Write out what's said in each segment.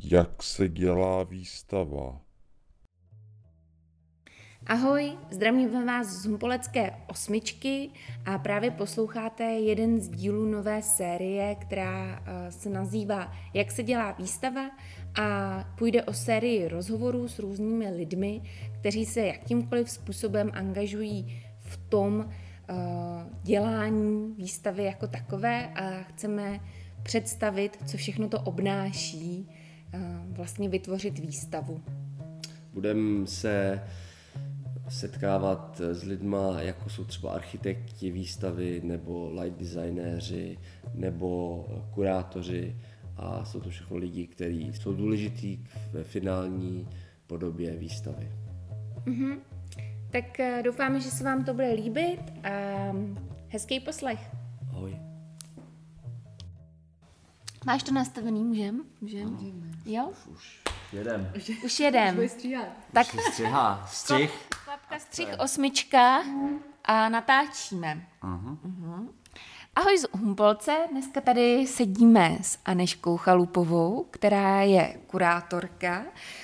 Jak se dělá výstava? Ahoj, zdravím vás z Humpolecké 8 a právě posloucháte jeden z dílů nové série, která se nazývá Jak se dělá výstava a půjde o sérii rozhovorů s různými lidmi, kteří se jakýmkoliv způsobem angažují v tom dělání výstavy jako takové a chceme představit, co všechno to obnáší, vlastně vytvořit výstavu. Budeme se setkávat s lidma, jako jsou třeba architekti výstavy, nebo light designéři, nebo kurátoři a jsou to všechno lidi, kteří jsou důležitý ve finální podobě výstavy. Tak doufáme, že se vám to bude líbit a hezký poslech. Ahoj. Máš to nastavený, můžem? Jo? Jedem. Už jedem. Tak Střih. klapka střih 8 a natáčíme. Ahoj z Humpolce, dneska tady sedíme s Anežkou Chalupovou, která je kurátorka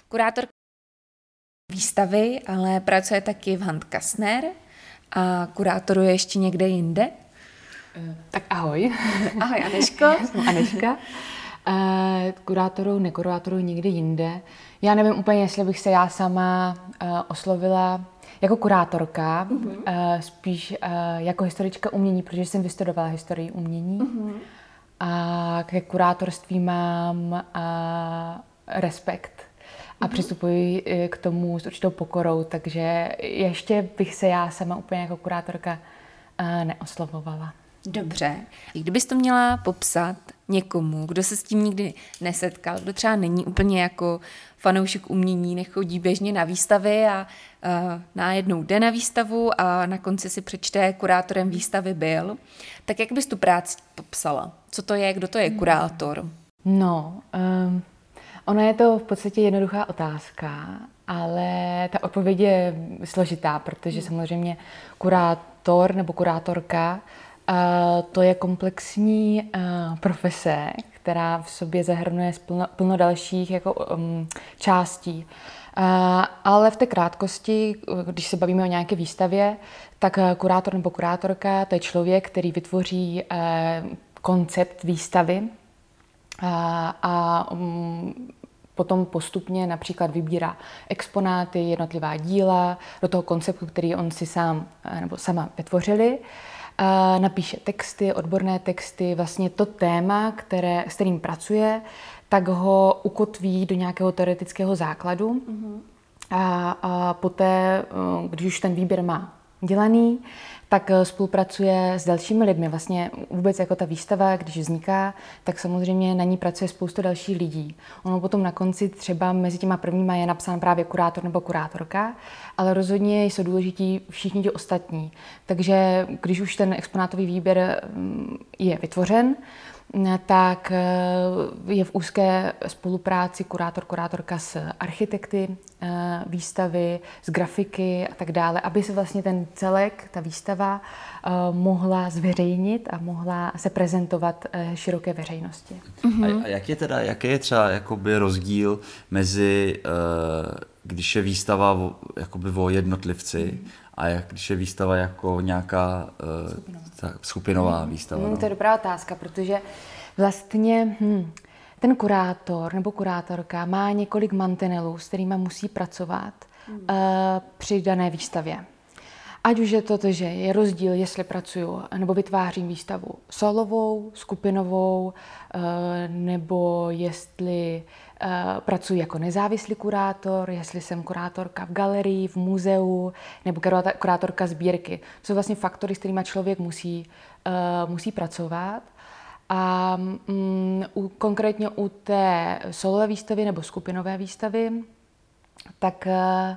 výstavy, ale pracuje taky v Hand Kastner a kurátoruje ještě někde jinde. Tak ahoj. Ahoj Anežko. Jsem Anežka. Nekurátoruju někde jinde. Já nevím úplně, jestli bych se já sama oslovila jako kurátorka, spíš jako historička umění, protože jsem vystudovala historii umění. A ke kurátorství mám respekt a přistupuji k tomu s určitou pokorou, takže ještě bych se já sama úplně jako kurátorka neoslovovala. Dobře. Kdybys to měla popsat někomu, kdo se s tím nikdy nesetkal, kdo třeba není úplně jako fanoušek umění, nechodí běžně na výstavy a najednou jde na výstavu a na konci si přečte, kurátorem výstavy byl, tak jak bys tu práci popsala? Co to je, kdo to je kurátor? No, ona je to v podstatě jednoduchá otázka, ale ta odpověď je složitá, protože samozřejmě kurátor nebo kurátorka to je komplexní profese, která v sobě zahrnuje plno dalších částí. Ale v té krátkosti, když se bavíme o nějaké výstavě, tak kurátor nebo kurátorka to je člověk, který vytvoří koncept výstavy a potom postupně například vybírá exponáty, jednotlivá díla do toho konceptu, který on si sám nebo sama vytvořili. Napíše texty, odborné texty, vlastně to téma, s kterým pracuje, tak ho ukotví do nějakého teoretického základu. A poté, když už ten výběr má dělaný, tak spolupracuje s dalšími lidmi. Vlastně vůbec jako ta výstava, když vzniká, tak samozřejmě na ní pracuje spoustu dalších lidí. Ono potom na konci třeba mezi těma prvníma je napsán právě kurátor nebo kurátorka, ale rozhodně jsou důležití všichni ti ostatní. Takže když už ten exponátový výběr je vytvořen, tak je v úzké spolupráci kurátorka s architekty výstavy, s grafiky a tak dále, aby se vlastně ten celek, ta výstava mohla zveřejnit a mohla se prezentovat široké veřejnosti. A jaký je třeba jakoby rozdíl mezi, když je výstava o jednotlivci a když je výstava jako nějaká skupinová výstava? To je dobrá otázka, protože vlastně ten kurátor nebo kurátorka má několik mantinelů, s kterými musí pracovat při dané výstavě. Ať už je to, že je rozdíl, jestli pracuju nebo vytvářím výstavu solovou, skupinovou, nebo jestli pracuji jako nezávislý kurátor, jestli jsem kurátorka v galerii, v muzeu, nebo kurátorka sbírky. To jsou vlastně faktory, s kterými člověk musí pracovat. A konkrétně u té solové výstavy nebo skupinové výstavy, tak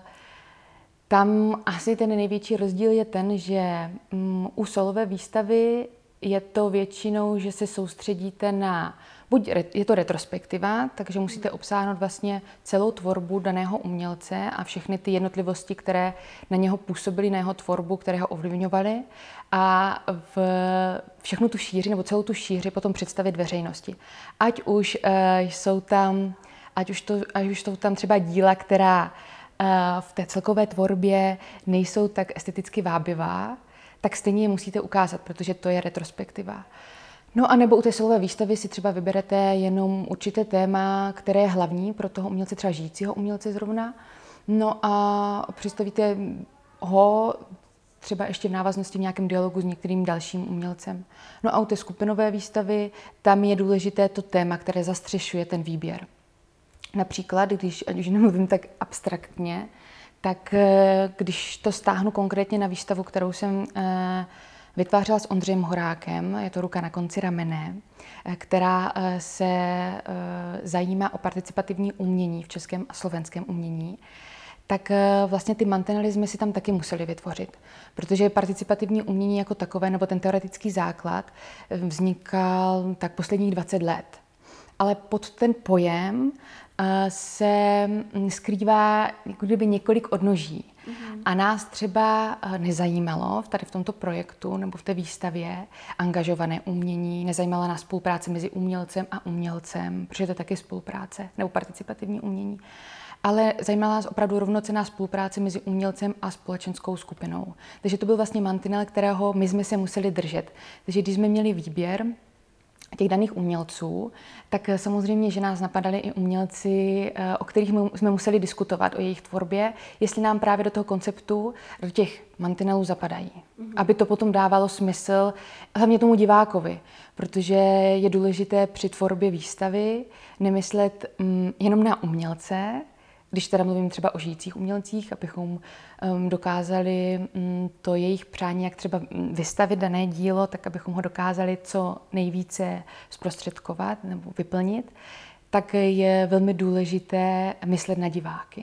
tam asi ten největší rozdíl je ten, že u solové výstavy je to většinou, že se soustředíte na, buď je to retrospektiva, takže musíte obsáhnout vlastně celou tvorbu daného umělce a všechny ty jednotlivosti, které na něho působily, na jeho tvorbu, které ho ovlivňovaly a všechnu tu šíři nebo celou tu šíři potom představit veřejnosti. Ať už jsou tam ať už to tam třeba díla, která v té celkové tvorbě nejsou tak esteticky vábivá, tak stejně je musíte ukázat, protože to je retrospektiva. No a nebo u té solové výstavy si třeba vyberete jenom určité téma, které je hlavní pro toho umělce, třeba žijícího umělce zrovna. No a představíte ho třeba ještě v návaznosti v nějakém dialogu s některým dalším umělcem. No a u té skupinové výstavy tam je důležité to téma, které zastřešuje ten výběr. Například, ať už nemluvím tak abstraktně, tak když to stáhnu konkrétně na výstavu, kterou jsem vytvářela s Ondřejem Horákem, je to Ruka na konci ramene, která se zajímá o participativní umění v českém a slovenském umění, tak vlastně ty mantinely jsme si tam taky museli vytvořit. Protože participativní umění jako takové, nebo ten teoretický základ, vznikal tak posledních 20 let. Ale pod ten pojem se skrývá jako kdyby několik odnoží. A nás třeba nezajímalo tady v tomto projektu nebo v té výstavě angažované umění, nezajímala nás spolupráce mezi umělcem a umělcem, protože to je taky spolupráce nebo participativní umění. Ale zajímala nás opravdu rovnocenná spolupráce mezi umělcem a společenskou skupinou. Takže to byl vlastně mantinel, kterého my jsme se museli držet. Takže když jsme měli výběr těch daných umělců, tak samozřejmě, že nás napadali i umělci, o kterých jsme museli diskutovat, o jejich tvorbě, jestli nám právě do toho konceptu, do těch mantinelů zapadají. Aby to potom dávalo smysl hlavně tomu divákovi, protože je důležité při tvorbě výstavy nemyslet jenom na umělce, když teda mluvím třeba o žijících umělcích, abychom dokázali to jejich přání, jak třeba vystavit dané dílo, tak abychom ho dokázali co nejvíce zprostředkovat nebo vyplnit, tak je velmi důležité myslet na diváky.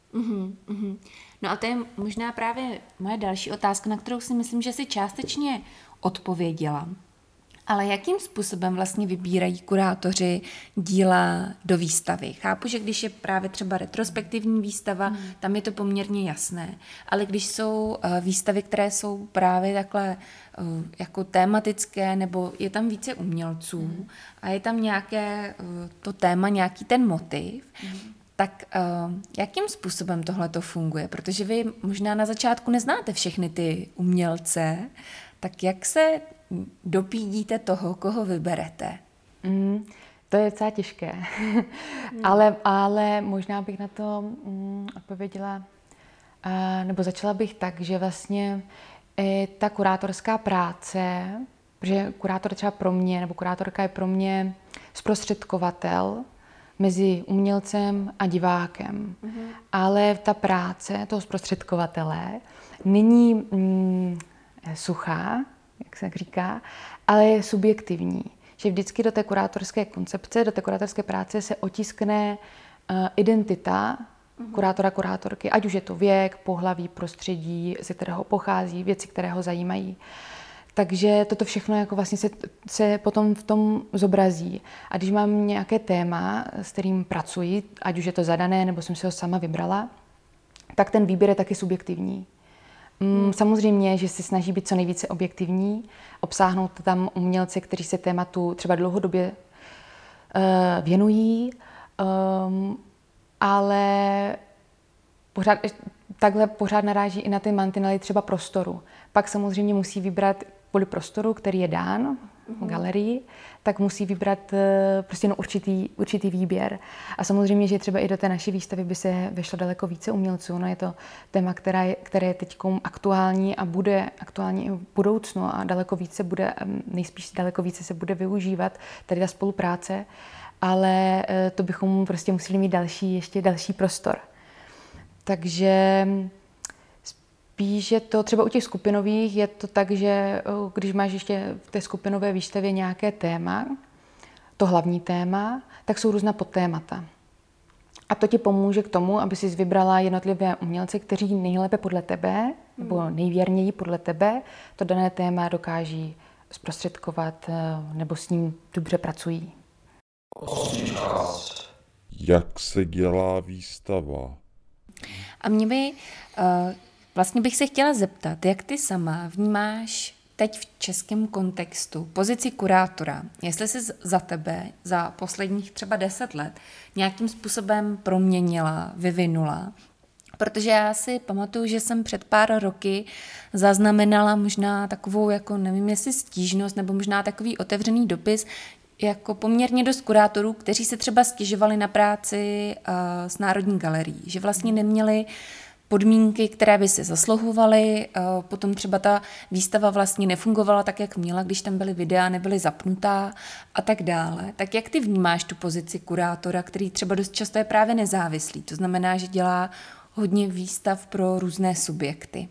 No a to je možná právě moje další otázka, na kterou si myslím, že si částečně odpověděla. Ale jakým způsobem vlastně vybírají kurátoři díla do výstavy? Chápu, že když je právě třeba retrospektivní výstava, tam je to poměrně jasné. Ale když jsou výstavy, které jsou právě takhle jako tematické, nebo je tam více umělců a je tam nějaké to téma, nějaký ten motiv, tak jakým způsobem tohle to funguje? Protože vy možná na začátku neznáte všechny ty umělce, tak jak se dopídíte toho, koho vyberete? To je docela těžké, ale možná bych na to odpověděla, nebo začala bych tak, že vlastně ta kurátorská práce, protože kurátor třeba pro mě, nebo kurátorka je pro mě zprostředkovatel mezi umělcem a divákem. Ale ta práce toho zprostředkovatele není suchá, jak se říká, ale je subjektivní. Že vždycky do té kurátorské koncepce, do té kurátorské práce se otiskne identita kurátora, kurátorky, ať už je to věk, pohlaví, prostředí, ze kterého pochází, věci, které ho zajímají. Takže toto všechno jako vlastně se potom v tom zobrazí. A když mám nějaké téma, s kterým pracuji, ať už je to zadané, nebo jsem si ho sama vybrala, tak ten výběr je taky subjektivní. Samozřejmě, že se snaží být co nejvíce objektivní, obsáhnout tam umělce, kteří se tématu třeba dlouhodobě věnují, ale pořád naráží i na ty mantinely třeba prostoru. Pak samozřejmě musí vybrat kvůli prostoru, který je dán v galerii, tak musí vybrat prostě určitý výběr. A samozřejmě, že třeba i do té naší výstavy by se vešlo daleko více umělců. No je to téma, které je teď aktuální a bude aktuální i v budoucnu a nejspíš daleko více se bude využívat tady ta spolupráce, ale to bychom prostě museli mít ještě další prostor. Takže spíš je to, třeba u těch skupinových je to tak, že když máš ještě v té skupinové výstavě nějaké téma, to hlavní téma, tak jsou různá podtémata. A to ti pomůže k tomu, aby jsi vybrala jednotlivé umělce, kteří nejlépe podle tebe, nebo nejvěrněji podle tebe, to dané téma dokáží zprostředkovat, nebo s ním dobře pracují. Jak se dělá výstava? A vlastně bych se chtěla zeptat, jak ty sama vnímáš teď v českém kontextu pozici kurátora, jestli jsi za tebe za posledních třeba 10 let nějakým způsobem proměnila, vyvinula, protože já si pamatuju, že jsem před pár roky zaznamenala možná takovou, jako nevím, jestli stížnost, nebo možná takový otevřený dopis, jako poměrně dost kurátorů, kteří se třeba stěžovali na práci s Národní galerií, že vlastně neměli podmínky, které by si zasluhovaly, potom třeba ta výstava vlastně nefungovala tak, jak měla, když tam byly videa, nebyly zapnutá a tak dále. Tak jak ty vnímáš tu pozici kurátora, který třeba dost často je právě nezávislý, to znamená, že dělá hodně výstav pro různé subjekty?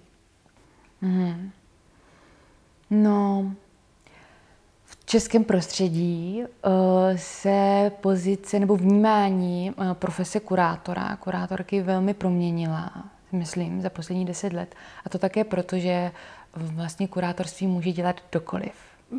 No, v českém prostředí se pozice nebo vnímání profese kurátorky velmi proměnila, myslím, za poslední 10 let. A to také proto, že vlastně kurátorství může dělat kdokoliv.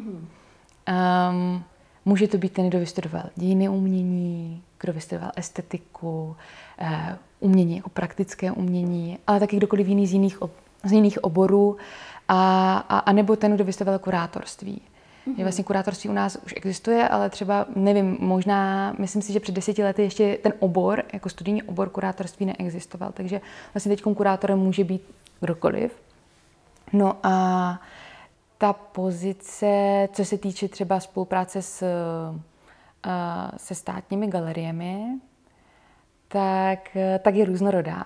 Může to být ten, kdo vystudoval dějiny umění, kdo vystudoval estetiku, umění jako praktické umění, ale taky kdokoliv jiný z jiných oborů, a nebo ten, kdo vystudoval kurátorství. Že vlastně kurátorství u nás už existuje, ale třeba, nevím, možná, myslím si, že před 10 lety ještě ten obor, jako studijní obor kurátorství neexistoval, takže vlastně teď kurátorem může být kdokoliv. No a ta pozice, co se týče třeba spolupráce se státními galeriemi, tak je různorodá.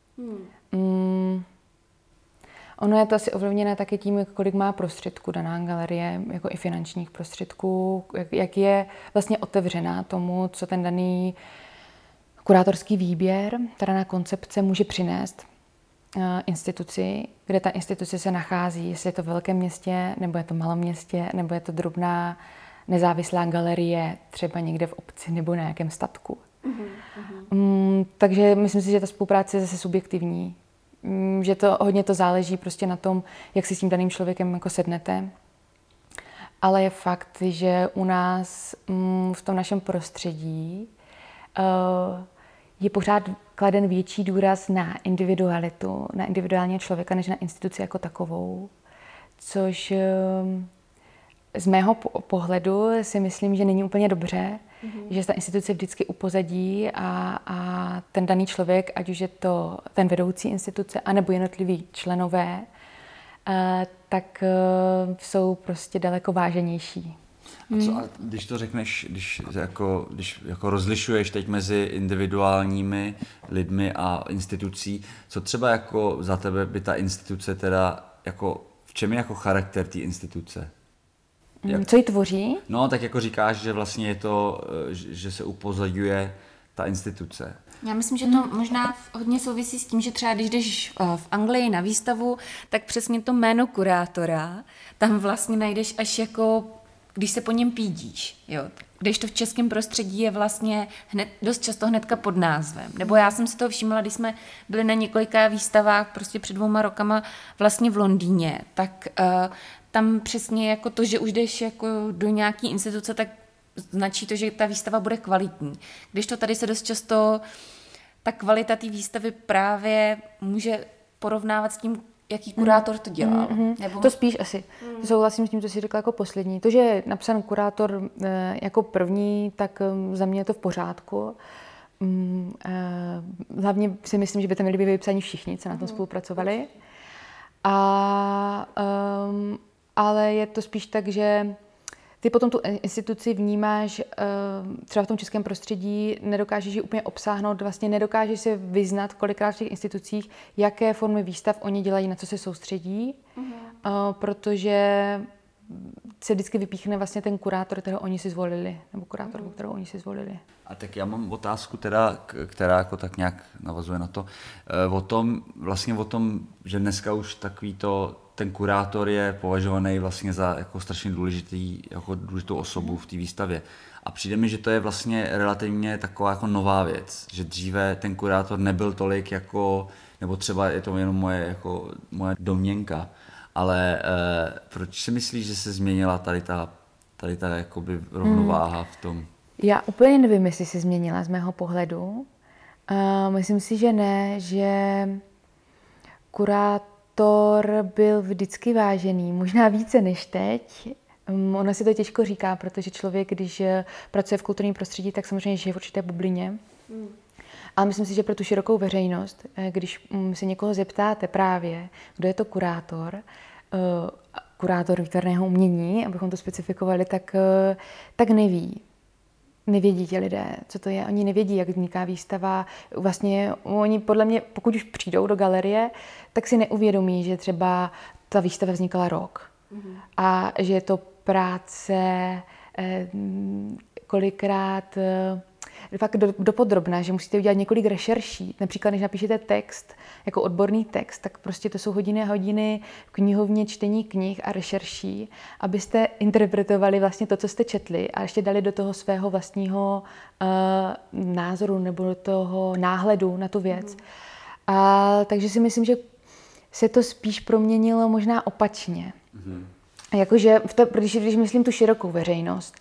Ono je to asi ovlivněné taky tím, kolik má prostředků daná galerie, jako i finančních prostředků, jak je vlastně otevřená tomu, co ten daný kurátorský výběr, ta daná koncepce může přinést instituci, kde ta instituce se nachází, jestli je to v velkém městě, nebo je to malém městě, nebo je to drobná nezávislá galerie, třeba někde v obci nebo na nějakém statku. Takže myslím si, že ta spolupráce je zase subjektivní. Že to hodně to záleží prostě na tom, jak si s tím daným člověkem jako sednete. Ale je fakt, že u nás v tom našem prostředí je pořád kladen větší důraz na individualitu, na individuálního člověka, než na instituci jako takovou. Což z mého pohledu si myslím, že není úplně dobře, že ta instituce vždycky upozadí a ten daný člověk, ať už je to ten vedoucí instituce, anebo jednotliví členové, tak jsou prostě daleko váženější. A když to řekneš, když rozlišuješ teď mezi individuálními lidmi a institucí, co třeba jako za tebe by ta instituce teda, jako v čem je jako charakter té instituce? Co ji tvoří? No, tak jako říkáš, že vlastně je to, že se upozorňuje ta instituce. Já myslím, že to možná hodně souvisí s tím, že třeba když jdeš v Anglii na výstavu, tak přesně to jméno kurátora tam vlastně najdeš až jako, když se po něm pídíš, jo. Když to v českém prostředí je vlastně dost často hnedka pod názvem. Nebo já jsem si toho všimla, když jsme byli na několika výstavách prostě před 2 rokama vlastně v Londýně, tak tam přesně jako to, že už jdeš jako do nějaký instituce, tak značí to, že ta výstava bude kvalitní. Když to tady se dost často ta kvalita té výstavy právě může porovnávat s tím, jaký kurátor to dělal. Nebo... To spíš asi. Souhlasím s tím, co jsi řekla jako poslední. To, že je napsan kurátor jako první, tak za mě je to v pořádku. Hlavně si myslím, že by tam měli být vypsaní všichni, co na tom spolupracovali. Ale je to spíš tak, že ty potom tu instituci vnímáš třeba v tom českém prostředí, nedokážeš ji úplně obsáhnout, vlastně nedokážeš se vyznat kolikrát v těch institucích, jaké formy výstav oni dělají, na co se soustředí, protože se vždycky vypíchne vlastně ten kurátor, kterého oni si zvolili, nebo kurátorku, kterou oni si zvolili. A tak já mám otázku teda, která jako tak nějak navazuje na to, o tom, že dneska už ten kurátor je považovaný vlastně za jako strašně důležitou osobu v té výstavě. A přijde mi, že to je vlastně relativně taková jako nová věc, že dříve ten kurátor nebyl tolik jako, nebo třeba je to jenom moje domněnka, ale proč si myslíš, že se změnila tady ta jakoby rovnováha v tom? Já úplně nevím, jestli se změnila z mého pohledu. Myslím si, že ne, že kurátor byl vždycky vážený, možná více než teď. Ono si to těžko říká, protože člověk, když pracuje v kulturním prostředí, tak samozřejmě žije v určité bublině. Ale myslím si, že pro tu širokou veřejnost, když se někoho zeptáte právě, kdo je to kurátor výtvarného umění, abychom to specifikovali, tak neví. Nevědí ti lidé, co to je. Oni nevědí, jak vzniká výstava. Vlastně oni podle mě, pokud už přijdou do galerie, tak si neuvědomí, že třeba ta výstava vznikala rok. A že je to práce kolikrát fakt dopodrobná, že musíte udělat několik rešerší. Například, když napíšete text, jako odborný text, tak prostě to jsou hodiny a hodiny v knihovně čtení knih a rešerší, abyste interpretovali vlastně to, co jste četli a ještě dali do toho svého vlastního názoru nebo do toho náhledu na tu věc. Takže si myslím, že se to spíš proměnilo možná opačně. Jakože, když myslím tu širokou veřejnost.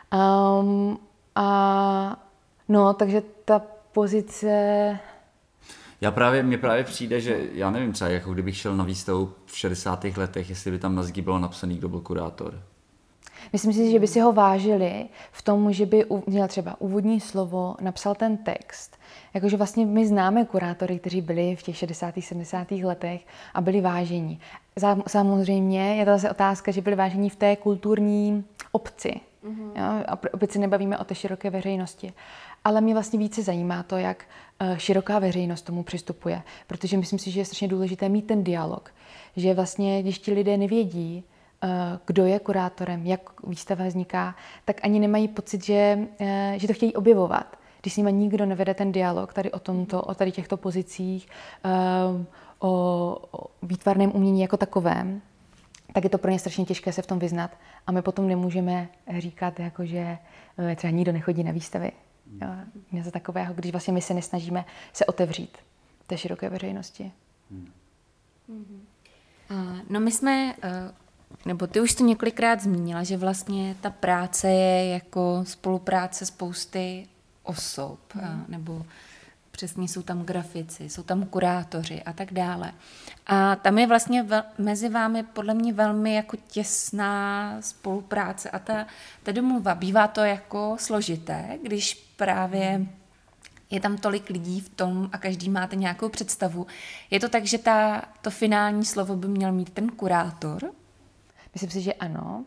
Takže ta pozice... Mně právě přijde, že já nevím, třeba jako kdybych šel na výstavu v 60. letech, jestli by tam na zdi bylo napsaný, kdo byl kurátor. Myslím si, že by si ho vážili v tom, že by měl třeba úvodní slovo, napsal ten text. Jakože vlastně my známe kurátory, kteří byli v těch 60. 70. letech a byli vážení. Samozřejmě je to zase otázka, že byli vážení v té kulturní obci. Jo? A opět se nebavíme o té široké veřejnosti. Ale mě vlastně více zajímá to, jak široká veřejnost tomu přistupuje. Protože myslím si, že je strašně důležité mít ten dialog. Že vlastně, když ti lidé nevědí, kdo je kurátorem, jak výstava vzniká, tak ani nemají pocit, že to chtějí objevovat. Když s nimi nikdo nevede ten dialog tady o tady těchto pozicích, o výtvarném umění jako takovém, tak je to pro ně strašně těžké se v tom vyznat. A my potom nemůžeme říkat, jako, že třeba nikdo nechodí na výstavy. Jo, něco takového, když vlastně my se nesnažíme se otevřít té široké veřejnosti. No my jsme, nebo ty už to několikrát zmínila, že vlastně ta práce je jako spolupráce spousty osob, nebo přesně jsou tam grafici, jsou tam kurátoři a tak dále. A tam je vlastně mezi vámi podle mě velmi jako těsná spolupráce a ta domluva. Bývá to jako složité, když právě je tam tolik lidí v tom a každý máte nějakou představu. Je to tak, že to finální slovo by měl mít ten kurátor? Myslím si, že ano.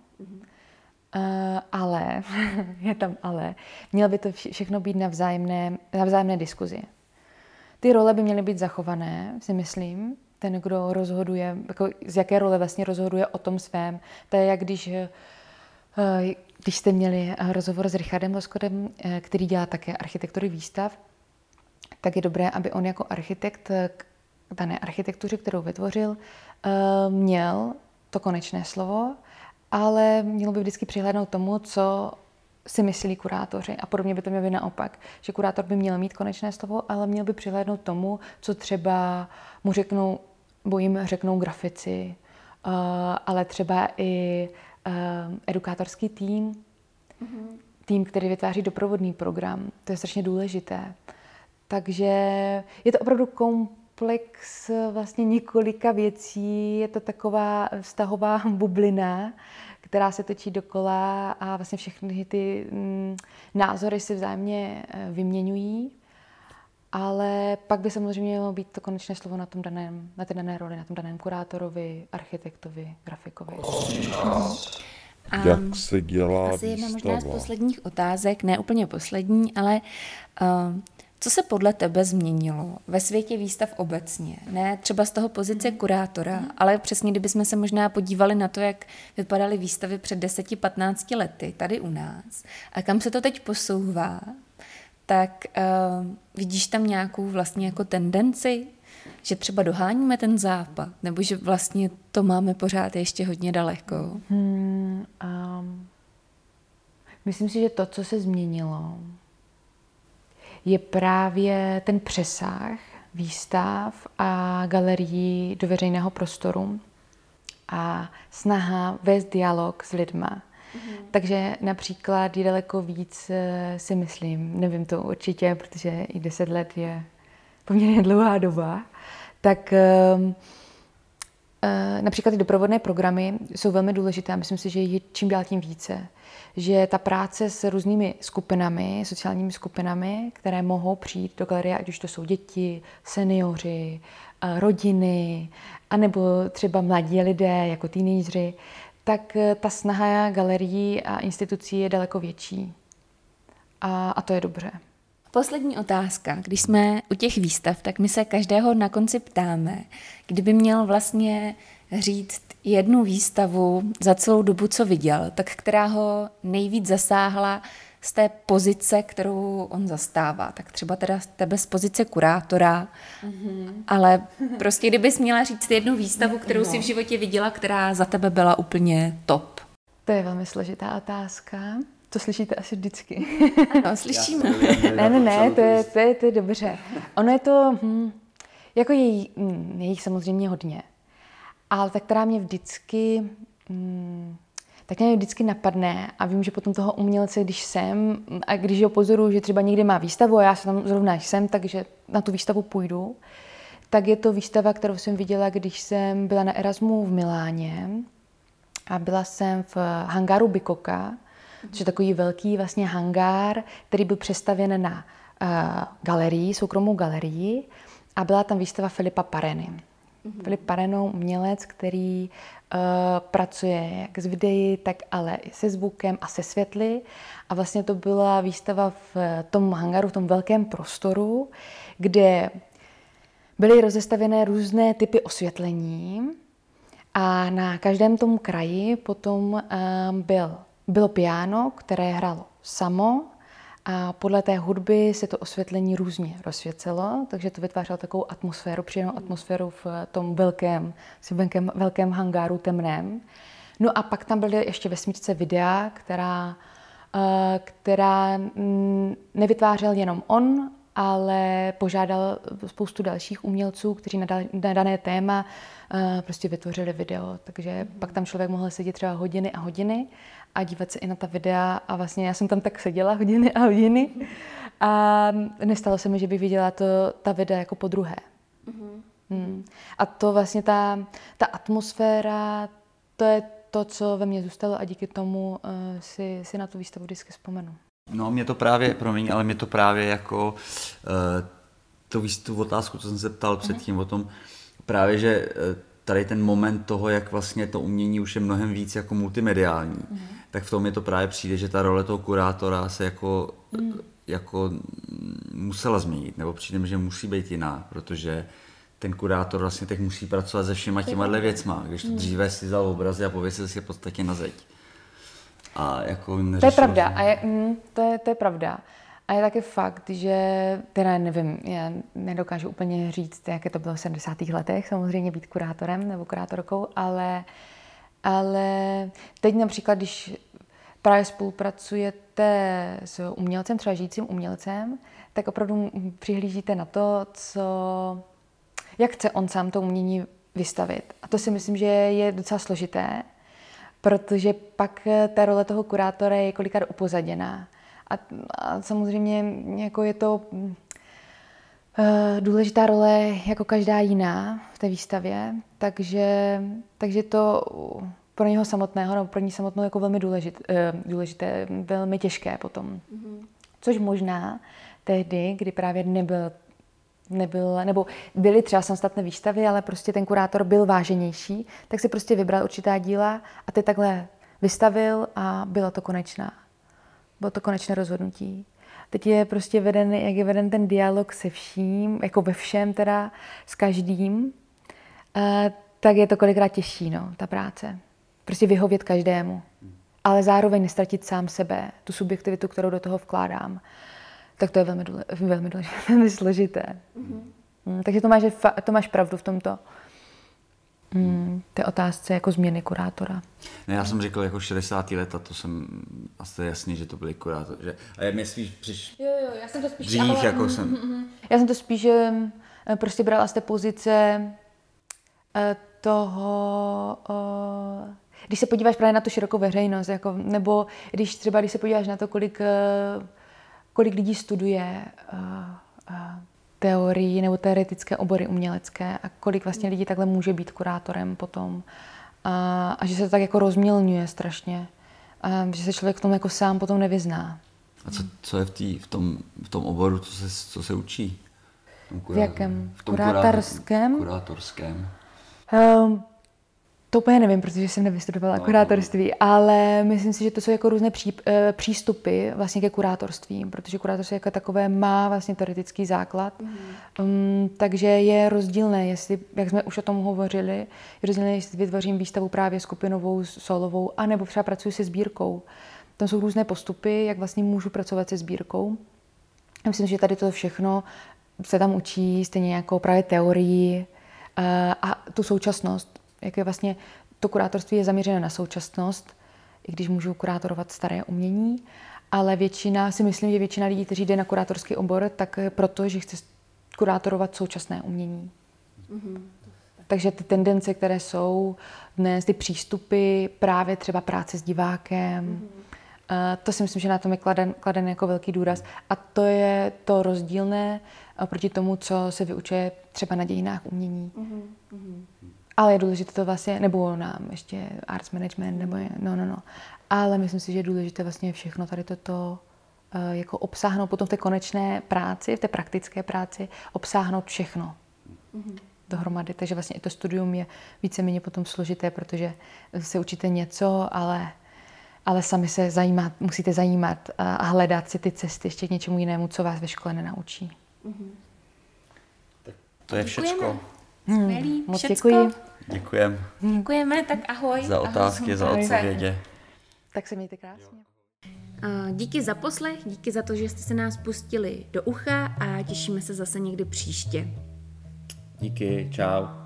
Ale, je tam ale, mělo by to všechno být na vzájemné diskuzi. Ty role by měly být zachované, si myslím. Ten, kdo rozhoduje, jako z jaké role vlastně rozhoduje o tom svém. To je jak když jste měli rozhovor s Richardem Loskotem, který dělá také architektury výstav, tak je dobré, aby on jako architekt dané architektuře, kterou vytvořil, měl to konečné slovo, ale mělo by vždycky přihlédnout tomu, co si myslí kurátoři. A podobně by to mělo být naopak, že kurátor by měl mít konečné slovo, ale měl by přihlédnout tomu, co třeba mu řeknou, bo jim řeknou grafici, ale třeba i edukátorský tým, tým, který vytváří doprovodný program. To je strašně důležité. Takže je to opravdu komplex vlastně několika věcí, je to taková vztahová bublina, která se točí dokola a vlastně všechny ty názory si vzájemně vyměňují, ale pak by samozřejmě mělo být to konečné slovo na té dané roli, na tom daném kurátorovi, architektovi, grafikovi. Jak se dělá asi jedna výstava? možná z posledních otázek, ne úplně poslední, ale co se podle tebe změnilo ve světě výstav obecně? Ne třeba z toho pozice kurátora, ale přesně kdybychom se možná podívali na to, jak vypadaly výstavy před 10-15 lety tady u nás a kam se to teď posouvá, tak vidíš tam nějakou vlastně jako tendenci, že třeba doháníme ten západ, nebo že vlastně to máme pořád ještě hodně daleko? Myslím si, že to, co se změnilo, je právě ten přesah výstav a galerií do veřejného prostoru a snaha vést dialog s lidma. Takže například je daleko víc, si myslím, nevím to určitě, protože i 10 let je poměrně dlouhá doba, tak Například ty doprovodné programy jsou velmi důležité a myslím si, že je čím dál tím více. Že ta práce s různými skupinami, sociálními skupinami, které mohou přijít do galerie, ať už to jsou děti, seniori, rodiny, anebo třeba mladí lidé jako teenageři, tak ta snaha galerií a institucí je daleko větší. A to je dobře. Poslední otázka. Když jsme u těch výstav, tak my se každého na konci ptáme, kdyby měl vlastně říct jednu výstavu za celou dobu, co viděl, tak která ho nejvíc zasáhla z té pozice, kterou on zastává. Tak třeba teda tebe z pozice kurátora, ale prostě kdybys měla říct jednu výstavu, kterou si v životě viděla, která za tebe byla úplně top. To je velmi složitá otázka. To slyšíte asi vždycky. Ano, slyšíme. Ne, to je dobře. Ono je to, jako je jich samozřejmě hodně, ale ta, která mě vždycky, tak mě vždycky napadne a vím, že potom toho umělce, když jsem a když ho pozoruju, že třeba někde má výstavu a já se tam zrovna jsem, takže na tu výstavu půjdu, tak je to výstava, kterou jsem viděla, když jsem byla na Erasmu v Miláně a byla jsem v hangáru Bicocca, což je takový velký vlastně hangár, který byl přestavěn na galerii, soukromou galerii a byla tam výstava Filipa Pareny. Filip Parenou, umělec, který pracuje jak s videí, tak ale i se zvukem a se světly. A vlastně to byla výstava v tom hangaru, v tom velkém prostoru, kde byly rozestavěné různé typy osvětlení a na každém tom kraji potom bylo piano, které hrálo samo a podle té hudby se to osvětlení různě rozsvěcelo, takže to vytvářelo takovou atmosféru, příjemnou atmosféru v tom velkém hangáru temném. No a pak tam byly ještě ve smyčce videa, která nevytvářel jenom on, ale požádal spoustu dalších umělců, kteří na dané téma prostě vytvořili video. Takže pak tam člověk mohl sedět třeba hodiny a hodiny a dívat se i na ta videa a vlastně já jsem tam tak seděla hodiny a hodiny a nestalo se mi, že bych viděla ta videa jako podruhé. A to vlastně ta atmosféra, to je to, co ve mně zůstalo a díky tomu si na tu výstavu vždycky vzpomenu. No, mě to právě jako tu otázku, co jsem se ptal předtím o tom, právě, že tady ten moment toho, jak vlastně to umění už je mnohem víc jako multimediální, tak v tom mi to právě přijde, že ta role toho kurátora se jako musela změnit, nebo přijde mi, že musí být jiná, protože ten kurátor vlastně teď musí pracovat se všema těma věcma, když to dříve si vzal obrazy a pověsil si je v podstatě na zeď. A jako to je pravda. To je pravda. A je taky fakt, že, teda nevím, já nedokážu úplně říct, jak to bylo v 70. letech, samozřejmě být kurátorem nebo kurátorkou, ale teď například, když právě spolupracujete s umělcem, třeba žijícím umělcem, tak opravdu přihlížíte na to, jak chce on sám to umění vystavit. A to si myslím, že je docela složité, protože pak ta role toho kurátora je kolikrát upozaděná. A samozřejmě jako je to důležitá role jako každá jiná v té výstavě, takže to pro něho samotného nebo pro ní samotnou jako velmi důležité, velmi těžké potom. Což možná tehdy, kdy právě nebyl, nebo byly třeba samostatné výstavy, ale prostě ten kurátor byl váženější, tak si prostě vybral určitá díla a ty takhle vystavil a bylo to konečné rozhodnutí. Teď je prostě veden, jak je veden ten dialog se vším, jako ve všem teda, s každým, tak je to kolikrát těžší, ta práce. Prostě vyhovět každému, ale zároveň nestratit sám sebe, tu subjektivitu, kterou do toho vkládám. Tak to je velmi složité. Takže to máš pravdu v tomto. Té otázce jako změny kurátora. Ne, já jsem řekl jako 60. leta, to jsem asi jasný, že to byli kurátoři. A já mě spíš Jo, já jsem to spíš dřív, jako jsem. Já jsem to spíš prostě brala z té pozice toho, když se podíváš právě na tu širokou veřejnost, jako, nebo když se podíváš na to, kolik lidí studuje teorii nebo teoretické obory umělecké a kolik vlastně lidí takhle může být kurátorem potom. A že se to tak jako rozmělňuje strašně. A že se člověk v tom jako sám potom nevyzná. A co je v tom oboru, co se učí? V jakém? V tom kurátorském? Kurátorském. To úplně nevím, protože jsem nevystudovala kurátorství, ale myslím si, že to jsou jako různé přístupy vlastně ke kurátorství, protože kurátorství jako takové má vlastně teoretický základ, takže je rozdílné, jestli, jak jsme už o tom hovořili, je rozdílné, jestli vytvořím výstavu právě skupinovou, solovou, anebo třeba pracuji se sbírkou. Tam jsou různé postupy, jak vlastně můžu pracovat se sbírkou. Myslím, že tady to všechno se tam učí, stejně jako právě teorii a tu současnost. Jak je vlastně to kurátorství je zaměřené na současnost, i když můžu kurátorovat staré umění, ale si myslím, že většina lidí, kteří jde na kurátorský obor, tak proto, že chce kurátorovat současné umění. Takže ty tendence, které jsou dnes, ty přístupy, právě třeba práce s divákem, to si myslím, že na tom je kladen jako velký důraz. A to je to rozdílné oproti tomu, co se vyučuje třeba na dějinách umění. Ale je důležité to vlastně, nebo na ještě arts management, nebo no. Ale myslím si, že je důležité vlastně všechno tady toto jako obsáhnout potom v té konečné práci, v té praktické práci, obsáhnout všechno dohromady. Takže vlastně i to studium je víceméně potom složité, protože se učíte něco, ale sami se musíte zajímat a hledat si ty cesty ještě k něčemu jinému, co vás ve škole nenaučí. To je všecko. Skvělý, Moc všecko. děkuji. Děkujeme. Děkujeme, tak ahoj. Za otázky, za odpovědi. Tak se mějte krásně. Díky za poslech, díky za to, že jste se nás pustili do ucha a těšíme se zase někdy příště. Díky, čau.